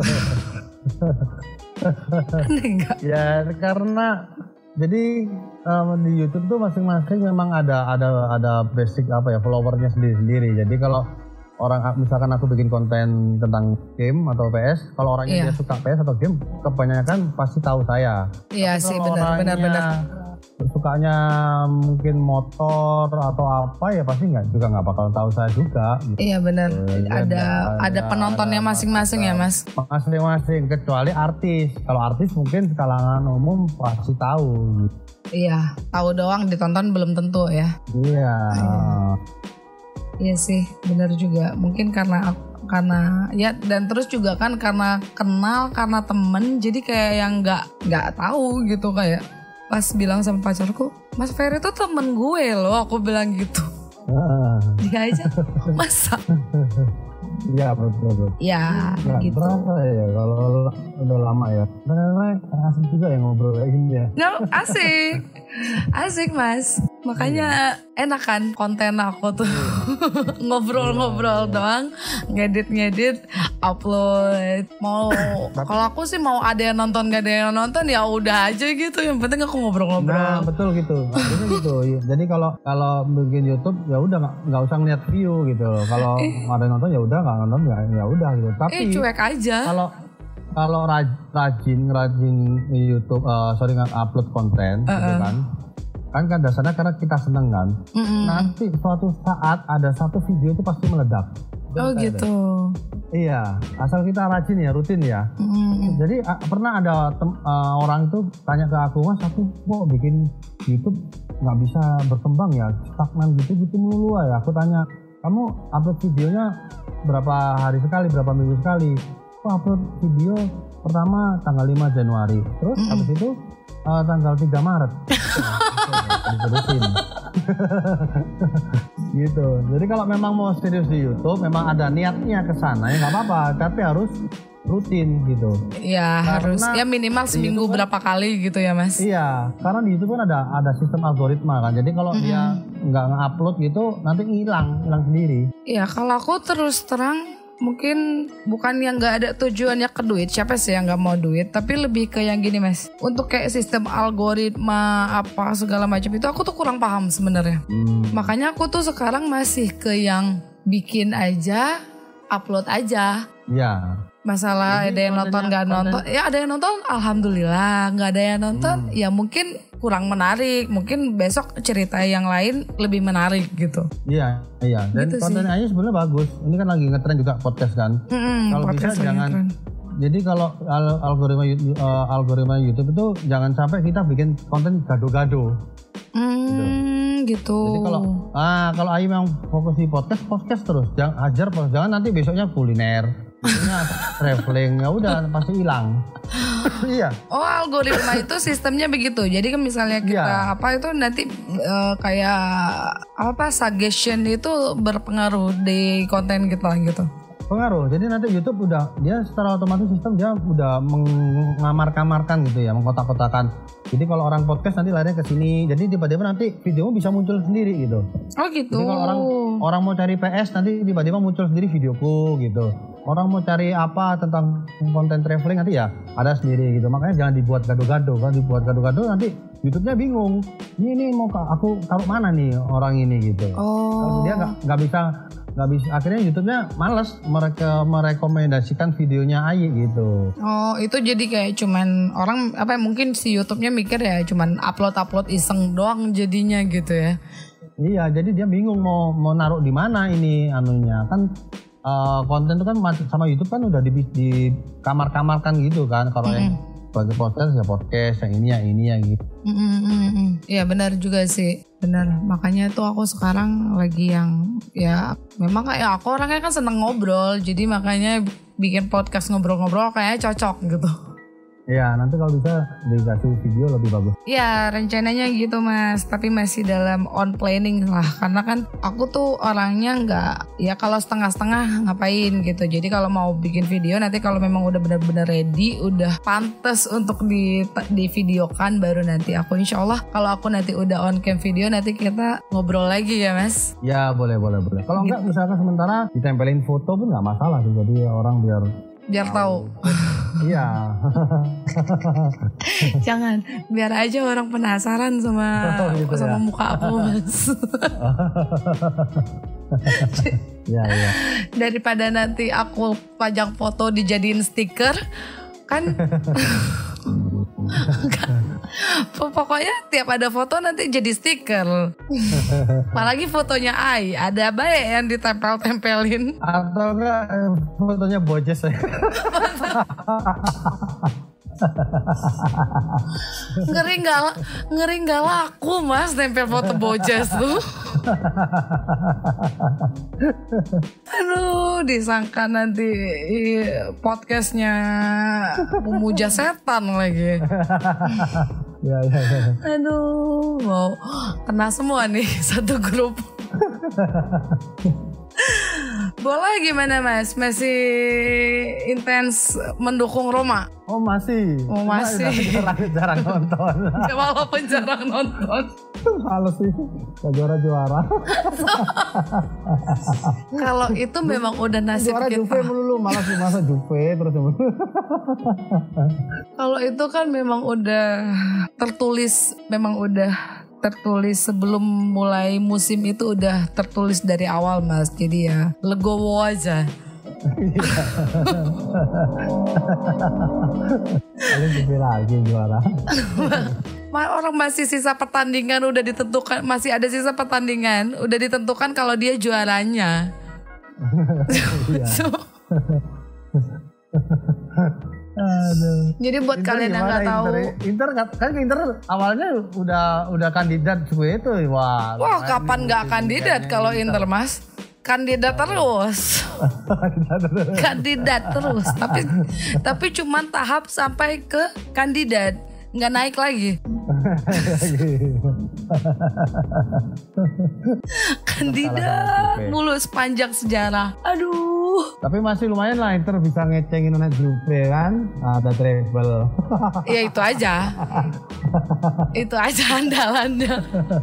[SPEAKER 1] Aneh nggak?
[SPEAKER 2] Ya karena jadi di YouTube tuh masing-masing memang ada basic followernya sendiri-sendiri. Jadi kalau misalkan aku bikin konten tentang game atau PS, kalau orangnya dia suka PS atau game, kebanyakan pasti tahu saya.
[SPEAKER 1] Iya sih, benar.
[SPEAKER 2] Sukanya mungkin motor atau apa ya pasti nggak bakal tahu saya juga. Gitu.
[SPEAKER 1] Iya benar. Ada penontonnya masing-masing ya Mas.
[SPEAKER 2] Masing-masing, kecuali artis. Kalau artis mungkin kalangan umum pasti tahu.
[SPEAKER 1] Iya, tahu doang, ditonton belum tentu ya.
[SPEAKER 2] Iya.
[SPEAKER 1] Iya sih, benar juga. Mungkin karena ya, dan terus juga kan karena kenal, karena temen, jadi kayak yang nggak tahu gitu. Kayak pas bilang sama pacarku, Mas Ferry tuh temen gue loh, aku bilang gitu. Dia aja masa.
[SPEAKER 2] Iya betul.
[SPEAKER 1] Ya gitu.
[SPEAKER 2] Berasa ya kalau udah lama ya. Asik juga yang ngobrol kayak gini ya.
[SPEAKER 1] Nggak, asik Mas. Makanya enak kan konten aku tuh. Ngobrol-ngobrol doang, ngedit, upload. Kalau aku sih mau ada yang nonton gak ada yang nonton ya udah aja gitu. Yang penting aku ngobrol-ngobrol.
[SPEAKER 2] Nah betul gitu. Gitu. Jadi kalau bikin YouTube ya udah nggak usah ngeliat view gitu. Kalau ada yang nonton ya udah, nggak nonton ya udah gitu. Tapi
[SPEAKER 1] cuek aja.
[SPEAKER 2] Kalau rajin YouTube, upload konten gitu kan. Kan dasarnya karena kita seneng kan. Nanti suatu saat ada satu video itu pasti meledak.
[SPEAKER 1] Oh gitu.
[SPEAKER 2] Iya, asal kita rajin ya, rutin ya. Jadi pernah ada orang itu tanya ke aku, Mas, aku kok bikin YouTube nggak bisa berkembang ya, stagnan gitu melulu ya. Aku tanya, kamu upload videonya berapa hari sekali, berapa minggu sekali? Aku upload video pertama tanggal 5 Januari, terus habis itu tanggal 3 Maret. Diterusin. Gitu. Jadi kalau memang mau serius di YouTube, memang ada niatnya ke sana ya nggak apa-apa, tapi harus rutin gitu.
[SPEAKER 1] Iya, harus ya minimal seminggu berapa kali gitu ya, Mas.
[SPEAKER 2] Iya, karena di YouTube kan ada sistem algoritma kan. Jadi kalau dia nggak nge-upload gitu nanti hilang sendiri.
[SPEAKER 1] Iya, kalau aku terus terang mungkin bukan yang nggak ada tujuannya ke duit, siapa sih yang nggak mau duit, tapi lebih ke yang gini, Mas, untuk kayak sistem algoritma apa segala macam itu aku tuh kurang paham sebenarnya. Makanya aku tuh sekarang masih ke yang bikin aja, upload aja.
[SPEAKER 2] Iya.
[SPEAKER 1] Masalah ada yang nonton nggak nonton, ya ada yang nonton alhamdulillah, nggak ada yang nonton ya mungkin kurang menarik, mungkin besok cerita yang lain lebih menarik gitu.
[SPEAKER 2] Iya. Dan gitu kontennya aja sebenarnya bagus. Ini kan lagi ngetren juga podcast kan. Kalau bisa jangan. Jadi kalau algoritma YouTube itu jangan sampai kita bikin konten gado-gado.
[SPEAKER 1] Gitu.
[SPEAKER 2] Jadi kalau Ayu yang fokus di podcast terus, jangan nanti besoknya kuliner. Traveling ya udah pasti hilang. Iya.
[SPEAKER 1] Oh, algoritma itu sistemnya begitu. Jadi kan misalnya kita apa itu nanti kayak apa suggestion itu berpengaruh di konten kita gitu.
[SPEAKER 2] Pengaruh. Jadi nanti YouTube dia secara otomatis sistem dia udah mengamar-kamarkan gitu ya, mengkotak-kotakan. Jadi kalau orang podcast nanti larinya ke sini. Jadi tiba-tiba nanti videomu bisa muncul sendiri gitu.
[SPEAKER 1] Oh gitu.
[SPEAKER 2] Jadi kalau orang mau cari PS nanti tiba-tiba muncul sendiri videoku gitu. Orang mau cari apa tentang konten traveling nanti ya ada sendiri gitu. Makanya jangan dibuat gado-gado. Kalau dibuat gado-gado nanti YouTube-nya bingung. Ini mau aku taruh mana nih orang ini gitu. Kalau dia nggak bisa akhirnya YouTube-nya males merekomendasikan videonya Ayi gitu.
[SPEAKER 1] Oh, itu jadi kayak cuman orang apa mungkin si YouTube-nya mikir ya cuman upload iseng doang jadinya gitu ya.
[SPEAKER 2] Iya, jadi dia bingung mau naruh di mana ini anunya. Kan konten itu kan sama YouTube kan udah di kamar-kamarkan gitu kan. Kalau yang bagi podcast ya podcast, yang ini ya gitu.
[SPEAKER 1] Iya benar juga sih, benar. Makanya tuh aku sekarang lagi yang ya memang kayak aku orangnya kan seneng ngobrol, jadi makanya bikin podcast ngobrol-ngobrol kayaknya cocok gitu.
[SPEAKER 2] Iya, nanti kalau bisa dikasih video lebih bagus.
[SPEAKER 1] Iya, rencananya gitu Mas, tapi masih dalam on planning lah. Karena kan aku tuh orangnya nggak, ya kalau setengah-setengah ngapain gitu. Jadi kalau mau bikin video nanti kalau memang udah benar-benar ready, udah pantas untuk di videokan, baru nanti aku insya Allah kalau aku nanti udah on cam video nanti kita ngobrol lagi ya Mas.
[SPEAKER 2] Ya boleh. Kalau enggak misalkan sementara ditempelin foto pun nggak masalah sih, jadi orang biar
[SPEAKER 1] tahu.
[SPEAKER 2] Iya.
[SPEAKER 1] Jangan, biar aja orang penasaran sama muka aku Mas.
[SPEAKER 2] Iya.
[SPEAKER 1] Daripada nanti aku pajang foto dijadiin stiker kan. Pokoknya tiap ada foto nanti jadi stiker. Apalagi fotonya Ai, ada baik yang ditempel-tempelin.
[SPEAKER 2] Atau enggak fotonya bojes ya.
[SPEAKER 1] Ngeri nggak laku Mas tempel foto bojes tuh. Aduh, disangka nanti podcastnya memuja setan lagi.
[SPEAKER 2] Ya.
[SPEAKER 1] Aduh, mau kena semua nih satu grup. Bola gimana Mas? Masih intens mendukung Roma?
[SPEAKER 2] Oh masih. Jarang nonton.
[SPEAKER 1] Walaupun jarang nonton.
[SPEAKER 2] Males sih, juara.
[SPEAKER 1] Kalau itu memang udah nasib
[SPEAKER 2] juara
[SPEAKER 1] kita.
[SPEAKER 2] Juve melulu, masa Juve terus.
[SPEAKER 1] Kalau itu kan memang udah tertulis sebelum mulai musim itu udah tertulis dari awal Mas. Jadi ya legowo aja.
[SPEAKER 2] Paling Juve lagi juara.
[SPEAKER 1] Orang masih sisa pertandingan udah ditentukan, masih ada sisa pertandingan udah ditentukan kalau dia juaranya.
[SPEAKER 2] Aduh.
[SPEAKER 1] Jadi buat
[SPEAKER 2] Inter
[SPEAKER 1] kalian yang nggak tahu,
[SPEAKER 2] Inter awalnya udah kandidat itu. Wah
[SPEAKER 1] kapan nggak kandidat kalau Inter Mas? Kandidat terus. Kandidat terus. Tapi cuma tahap sampai ke kandidat, nggak naik lagi. Kandidat mulu sepanjang sejarah. Aduh.
[SPEAKER 2] Tapi masih lumayan lah Inter bisa ngecengin anak Juve kan, ada treble.
[SPEAKER 1] Ya itu aja. Itu aja andalannya.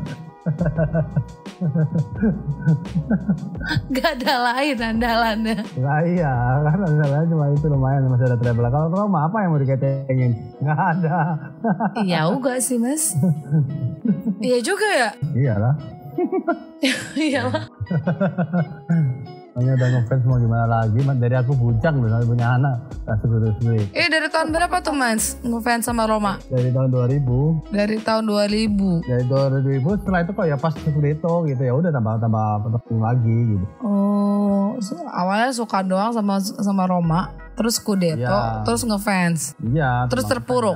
[SPEAKER 1] Gak ada lain andalannya.
[SPEAKER 2] Nah iya kan andalannya cuma itu, lumayan masih ada treble. Kalau Roma apa yang mau dikecengin? Gak ada.
[SPEAKER 1] Iya juga sih Mas. Iya juga ya.
[SPEAKER 2] Iyalah.
[SPEAKER 1] Iyalah.
[SPEAKER 2] Hanya udah ngefans mau gimana lagi, dari aku bujang loh sampai punya anak.
[SPEAKER 1] Dari tahun berapa tuh Mas ngefans sama Roma?
[SPEAKER 2] Dari tahun 2000.
[SPEAKER 1] Dari tahun 2000.
[SPEAKER 2] Dari 2000 setelah itu kok ya pas Scudetto gitu ya udah tambah lagi gitu.
[SPEAKER 1] Oh, awalnya suka doang sama Roma, terus Scudetto, ya. Terus ngefans.
[SPEAKER 2] Iya.
[SPEAKER 1] Terus terpuruk.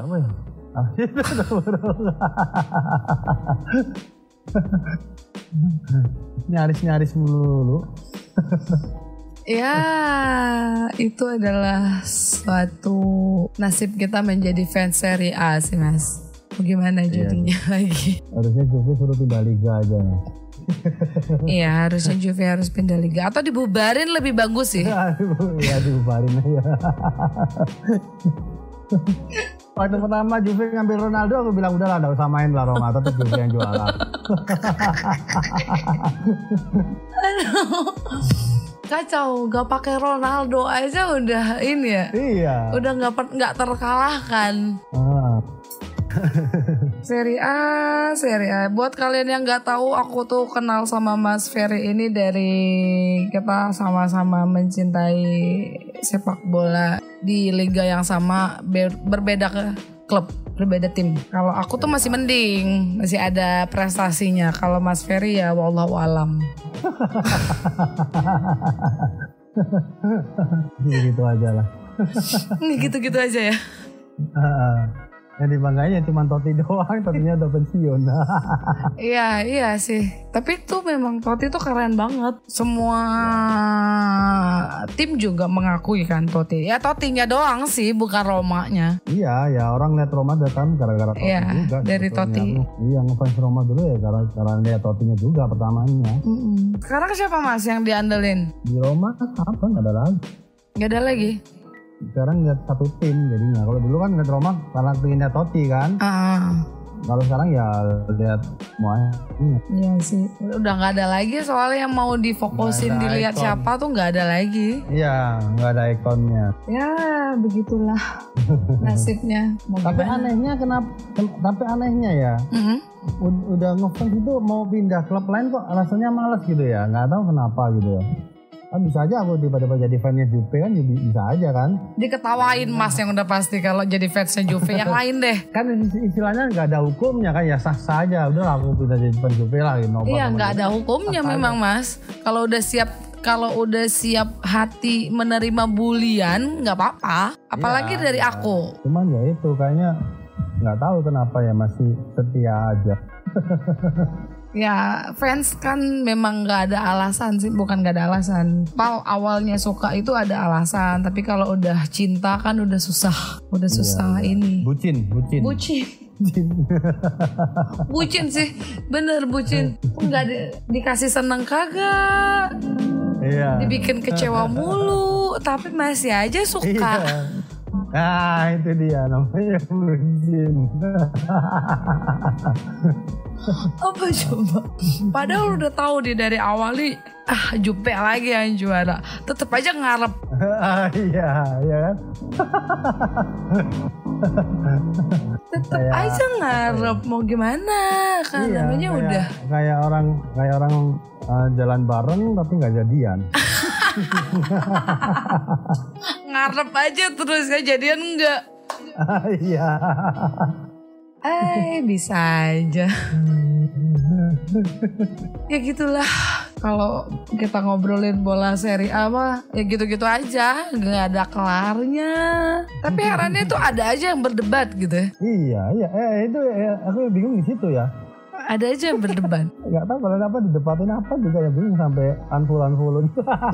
[SPEAKER 2] Nyaris mulu.
[SPEAKER 1] Ya, itu adalah suatu nasib kita menjadi fans Serie A sih Mas. Bagaimana jadinya lagi?
[SPEAKER 2] Harusnya Juve suruh pindah liga aja.
[SPEAKER 1] Iya, harusnya Juve harus pindah liga atau dibubarin lebih bagus sih.
[SPEAKER 2] Iya, dibubarin aja. Waktu pertama Juve ngambil Ronaldo, aku bilang udahlah enggak usah main lah Roma, tetap Juve yang juara.
[SPEAKER 1] Aduh. Kacau, gak pakai Ronaldo aja udah ini ya.
[SPEAKER 2] Iya.
[SPEAKER 1] Udah nggak terkalahkan. Serie A. Buat kalian yang nggak tahu, aku tuh kenal sama Mas Ferry ini dari kita sama-sama mencintai sepak bola di liga yang sama, berbeda ke klub, berbeda tim. Kalau aku tuh masih mending, masih ada prestasinya. Kalau Mas Ferry ya wallahu alam.
[SPEAKER 2] Gitu aja lah.
[SPEAKER 1] Gitu-gitu aja ya.
[SPEAKER 2] Yang dibanggain cuma Totti doang, Totinya udah pensiun.
[SPEAKER 1] Iya sih. Tapi tuh memang Totti tuh keren banget. Semua tim juga mengakui kan Totti. Ya Tottinya doang sih, bukan Romanya.
[SPEAKER 2] Iya, ya orang lihat Roma datang gara-gara Totti juga.
[SPEAKER 1] Dari Totti.
[SPEAKER 2] Iya, ngefans Roma dulu ya karena lihat Tottinya juga pertamanya.
[SPEAKER 1] Sekarang siapa Mas yang diandelin?
[SPEAKER 2] Di Roma apa? Nggak ada lagi.
[SPEAKER 1] Nggak ada lagi.
[SPEAKER 2] Sekarang lihat satu tim jadinya. Kalau dulu kan lihat Roma karena pengennya Totti kan. Kalau sekarang ya lihat semuanya.
[SPEAKER 1] Iya sih. Udah nggak ada lagi soalnya yang mau difokusin dilihat siapa tuh nggak ada lagi.
[SPEAKER 2] Iya, nggak ada ikonnya.
[SPEAKER 1] Ya begitulah nasibnya.
[SPEAKER 2] Tapi anehnya Tapi anehnya ya. Udah ngefans itu mau pindah klub lain kok rasanya malas gitu ya. Nggak tahu kenapa gitu ya. Kan bisa aja aku tiba-tiba jadi fansnya Juve kan, bisa aja kan.
[SPEAKER 1] Diketawain Mas yang udah pasti kalau jadi fansnya Juve. Yang lain deh.
[SPEAKER 2] Kan istilahnya nggak ada hukumnya kan, ya sah-sah aja. Udah aku bisa jadi fans Juve lah.
[SPEAKER 1] Iya nggak ada hukumnya memang Mas. Kalau udah siap hati menerima bulian nggak apa-apa. Apalagi dari aku.
[SPEAKER 2] Cuman ya itu kayaknya nggak tahu kenapa ya masih setia aja.
[SPEAKER 1] Ya fans kan memang gak ada alasan sih. Bukan gak ada alasan. Awalnya suka itu ada alasan. Tapi kalau udah cinta kan udah susah. Udah susah ini.
[SPEAKER 2] Bucin.
[SPEAKER 1] Bucin sih. Bener bucin. Gak dikasih seneng kagak.
[SPEAKER 2] Iya.
[SPEAKER 1] Dibikin kecewa mulu. Tapi masih aja suka.
[SPEAKER 2] Iya. Nah itu dia namanya bucin.
[SPEAKER 1] Apa coba? Padahal udah tahu dia dari awal nih Juve lagi yang juara. Tetep aja ngarep.
[SPEAKER 2] Iya kan?
[SPEAKER 1] Tetep aja ngarep. Mau gimana? Kan namanya udah
[SPEAKER 2] kayak orang jalan bareng tapi nggak jadian.
[SPEAKER 1] Ngarep aja terus, gak jadian enggak.
[SPEAKER 2] Iya.
[SPEAKER 1] Bisa aja. Ya gitulah. Kalau kita ngobrolin bola Serie A mah ya gitu-gitu aja, nggak ada kelarnya. Tapi herannya tuh ada aja yang berdebat gitu.
[SPEAKER 2] Iya. Itu aku bingung di situ ya.
[SPEAKER 1] Ada aja yang berdebat.
[SPEAKER 2] Gak tahu kalau apa didebatin apa juga ya, bingung sampai unfollow.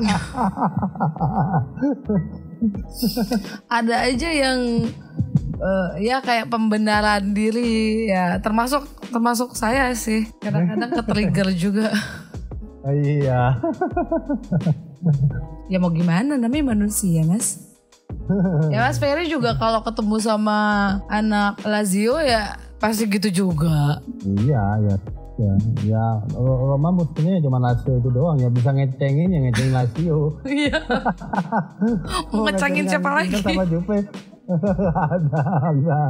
[SPEAKER 3] Ada aja yang ya kayak pembenaran diri ya, termasuk saya sih kadang-kadang ke-trigger juga.
[SPEAKER 2] Iya.
[SPEAKER 3] Ya mau gimana, namanya manusia Mas. Ya Mas Ferry juga kalau ketemu sama anak Lazio ya pasti gitu juga.
[SPEAKER 2] Iya. Roma mestinya cuma Lazio itu doang ya, bisa ngecengin Lazio.
[SPEAKER 3] Iya. Mau ngecengin siapa lagi?
[SPEAKER 2] Sama Juve. Ada.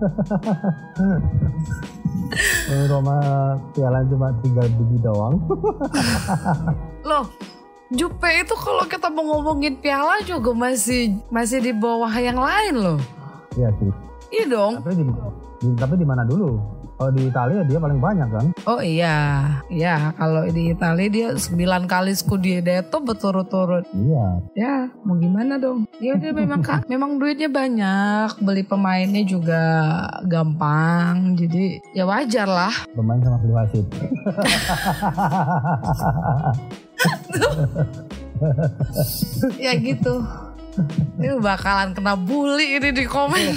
[SPEAKER 2] Roma piala cuma 3 biji doang.
[SPEAKER 3] Loh, Juve itu kalau kita mau ngomongin piala juga masih di bawah yang lain loh.
[SPEAKER 2] Iya sih.
[SPEAKER 3] Iya dong.
[SPEAKER 2] Tapi di mana dulu? Kalau di Italia dia paling banyak kan?
[SPEAKER 3] Oh iya. Ya kalau di Italia dia 9 kali Scudetto berturut-turut.
[SPEAKER 2] Iya.
[SPEAKER 3] Ya mau gimana dong? Ya udah memang duitnya banyak, beli pemainnya juga gampang, jadi ya wajar lah.
[SPEAKER 2] Pemain sama beli wasit.
[SPEAKER 3] Ya gitu. Ini bakalan kena bully ini di komen.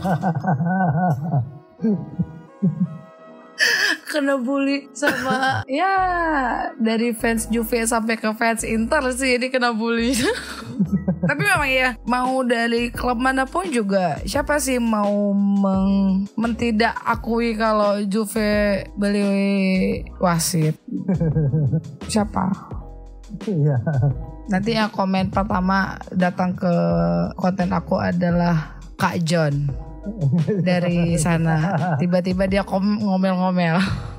[SPEAKER 3] Kena bully sama ya dari fans Juve sampai ke fans Inter sih ini kena bully. Tapi memang ya mau dari klub manapun juga siapa sih mau tidak akui kalau Juve beli wasit? Siapa?
[SPEAKER 2] Iya.
[SPEAKER 3] Nanti yang komen pertama datang ke konten aku adalah Kak John dari sana. Tiba-tiba dia ngomel-ngomel.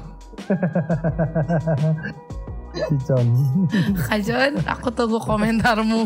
[SPEAKER 2] Si John.
[SPEAKER 3] Kak John, aku tunggu komentarmu.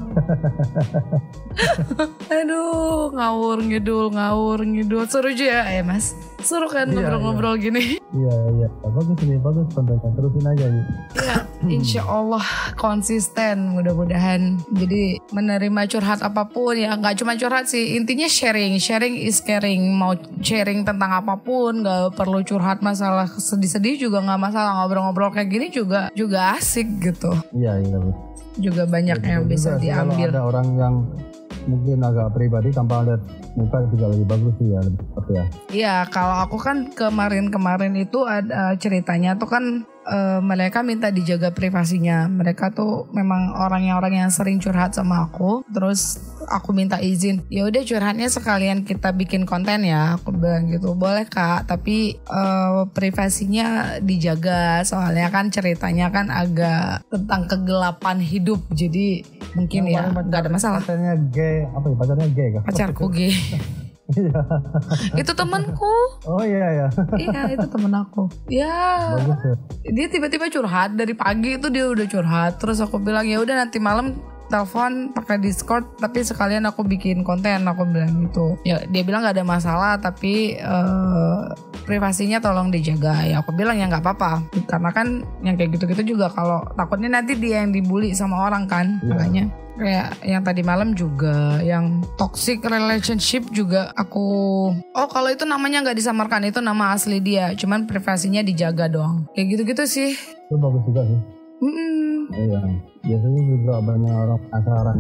[SPEAKER 3] Aduh, ngawur ngidul. Seru juga ya Mas. Seru kan ngobrol-ngobrol gini.
[SPEAKER 2] Iya. Bagus kontennya, terusin aja gitu.
[SPEAKER 3] Iya, insya Allah konsisten mudah-mudahan. Jadi menerima curhat apapun ya, nggak cuma curhat sih. Intinya sharing is caring. Mau sharing tentang apapun, nggak perlu curhat masalah sedih-sedih juga nggak masalah. Ngobrol-ngobrol kayak gini juga asik gitu.
[SPEAKER 2] Iya.
[SPEAKER 3] Juga banyak yang bisa diambil.
[SPEAKER 2] Kalau ada orang yang mungkin agak pribadi tanpa lihat muka juga lebih bagus sih ya, lebih cepat ya.
[SPEAKER 3] Iya, kalau aku kan kemarin itu ada ceritanya tuh kan mereka minta dijaga privasinya. Mereka tuh memang orang yang sering curhat sama aku. Terus aku minta izin, ya udah curhatnya sekalian kita bikin konten ya. Aku bilang gitu, boleh Kak, tapi privasinya dijaga. Soalnya kan ceritanya kan agak tentang kegelapan hidup. Jadi mungkin ya nggak ada masalah.
[SPEAKER 2] Pacarnya gay, apa ya, pacarnya gay kan?
[SPEAKER 3] Pacarku gay. Itu temanku.
[SPEAKER 2] Oh iya.
[SPEAKER 3] Iya, itu temen aku. Ya.
[SPEAKER 2] Bagus ya.
[SPEAKER 3] Dia tiba-tiba curhat dari pagi itu dia udah curhat. Terus aku bilang ya udah nanti malam telepon pakai Discord, tapi sekalian aku bikin konten, aku bilang gitu. Ya dia bilang nggak ada masalah, tapi privasinya tolong dijaga. Ya aku bilang ya nggak apa-apa, karena kan yang kayak gitu-gitu juga kalau takutnya nanti dia yang dibully sama orang kan. Makanya kayak yang tadi malam juga yang toxic relationship juga aku kalau itu namanya nggak disamarkan, itu nama asli dia, cuman privasinya dijaga doang. Kayak gitu-gitu sih.
[SPEAKER 2] Itu bagus juga sih. Iya, biasanya juga banyak orang penasaran.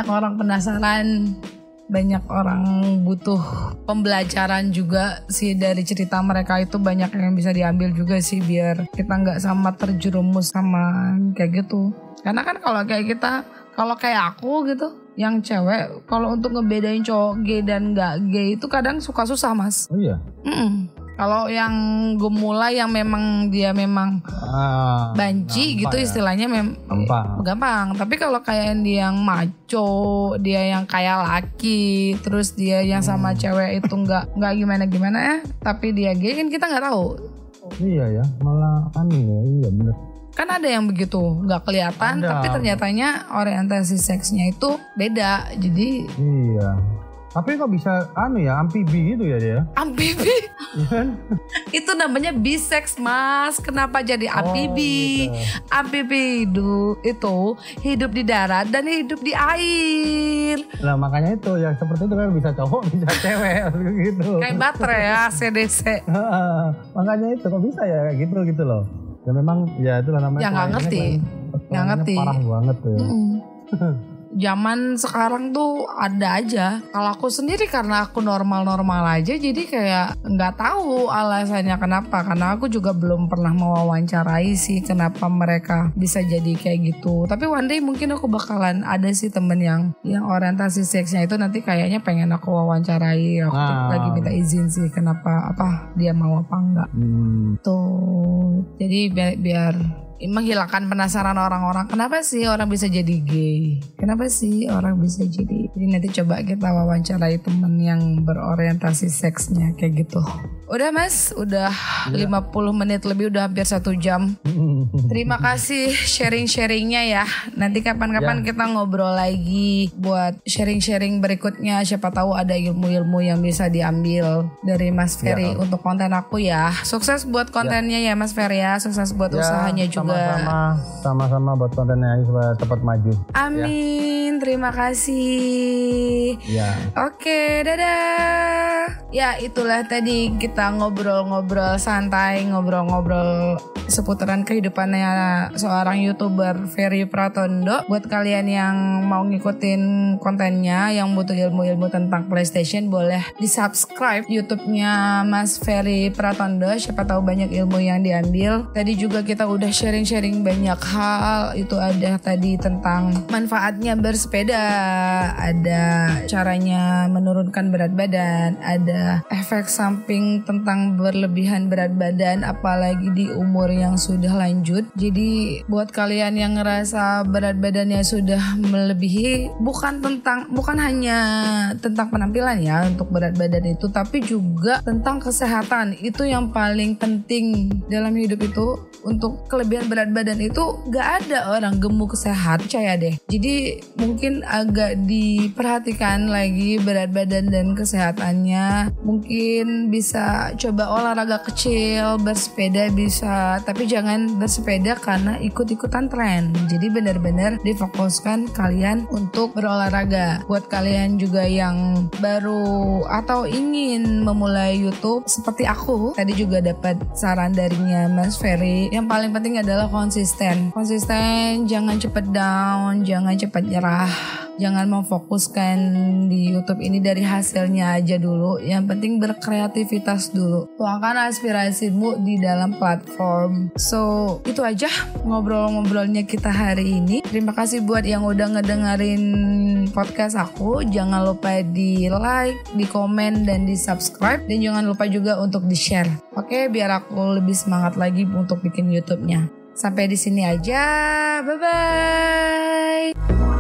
[SPEAKER 3] Banyak orang butuh pembelajaran juga sih dari cerita mereka. Itu banyak yang bisa diambil juga sih, biar kita nggak sama terjerumus sama kayak gitu. Karena kan kalau kayak aku gitu yang cewek, kalau untuk ngebedain cowok gay dan nggak gay itu kadang suka susah Mas.
[SPEAKER 2] Oh iya.
[SPEAKER 3] Kalau yang gemula yang memang dia memang banci gitu ya, istilahnya gampang. Tapi kalau kayak dia yang maco, dia yang kayak laki, terus dia yang sama cewek itu nggak gimana ya, tapi dia gay kan kita nggak tahu.
[SPEAKER 2] Iya ya, malah aneh ya. Iya bener.
[SPEAKER 3] Kan ada yang begitu, nggak kelihatan, tapi ternyatanya orientasi seksnya itu beda. Jadi
[SPEAKER 2] iya. Tapi kok bisa amfibi gitu ya dia?
[SPEAKER 1] Amfibi? Itu namanya bisex, Mas. Kenapa jadi amfibi?
[SPEAKER 2] Gitu.
[SPEAKER 1] Amfibi itu hidup di darat dan hidup di air.
[SPEAKER 2] Nah makanya itu yang seperti itu kan bisa cowok bisa cewek gitu.
[SPEAKER 1] Kayak baterai ya CDC.
[SPEAKER 2] Makanya itu kok bisa ya gitu loh. Ya memang ya itulah namanya.
[SPEAKER 1] Ya nggak ngerti.
[SPEAKER 2] Parah banget tuh.
[SPEAKER 1] Zaman sekarang tuh ada aja. Kalau aku sendiri karena aku normal-normal aja, jadi kayak nggak tahu alasannya kenapa. Karena aku juga belum pernah mewawancarai sih kenapa mereka bisa jadi kayak gitu. Tapi one day mungkin aku bakalan ada sih temen yang orientasi seksnya itu nanti kayaknya pengen aku wawancarai. Aku lagi minta izin sih kenapa dia mau apa enggak. Tuh, jadi biar menghilangkan penasaran orang-orang kenapa sih orang bisa jadi gay, kenapa sih orang bisa jadi nanti coba kita wawancarai temen yang berorientasi seksnya kayak gitu. Udah Mas, udah 50 menit lebih, udah hampir 1 jam. Terima kasih sharing-sharingnya ya. Nanti kapan-kapan kita ngobrol lagi buat sharing-sharing berikutnya. Siapa tahu ada ilmu-ilmu yang bisa diambil dari Mas Ferry untuk konten aku ya. Sukses buat kontennya ya Mas Ferry ya. Sukses buat usahanya juga.
[SPEAKER 2] Sama-sama buat kontennya supaya cepat maju.
[SPEAKER 1] Amin. Terima kasih.
[SPEAKER 2] Ya.
[SPEAKER 1] Oke, dadah. Ya, itulah tadi kita ngobrol-ngobrol santai, ngobrol-ngobrol seputaran kehidupannya seorang YouTuber Ferry Pratondo. Buat kalian yang mau ngikutin kontennya, yang butuh ilmu-ilmu tentang PlayStation, boleh di-subscribe YouTube-nya Mas Ferry Pratondo. Siapa tahu banyak ilmu yang diambil. Tadi juga kita udah sharing-sharing banyak hal. Itu ada tadi tentang manfaatnya bersepeda, ada caranya menurunkan berat badan, ada efek samping tentang berlebihan berat badan apalagi di umur yang sudah lanjut. Jadi buat kalian yang ngerasa berat badannya sudah melebihi, bukan hanya tentang penampilan ya untuk berat badan itu, tapi juga tentang kesehatan. Itu yang paling penting dalam hidup itu. Untuk kelebihan berat badan itu gak ada orang gemuk sehat, percaya deh. Jadi mungkin agak diperhatikan lagi berat badan dan kesehatannya. Mungkin bisa coba olahraga kecil, bersepeda bisa, tapi jangan bersepeda karena ikut-ikutan tren. Jadi benar-benar difokuskan kalian untuk berolahraga. Buat kalian juga yang baru atau ingin memulai YouTube seperti aku, tadi juga dapat saran darinya Mas Ferry. Yang paling penting adalah konsisten, jangan cepet down, jangan cepat nyerah. Jangan memfokuskan di YouTube ini dari hasilnya aja dulu. Yang penting berkreativitas dulu. Tuangkan aspirasimu di dalam platform. So, itu aja ngobrol-ngobrolnya kita hari ini. Terima kasih buat yang udah ngedengerin podcast aku. Jangan lupa di like, di komen, dan di subscribe. Dan jangan lupa juga untuk di share. Oke, biar aku lebih semangat lagi untuk bikin YouTube-nya. Sampai di sini aja. Bye-bye.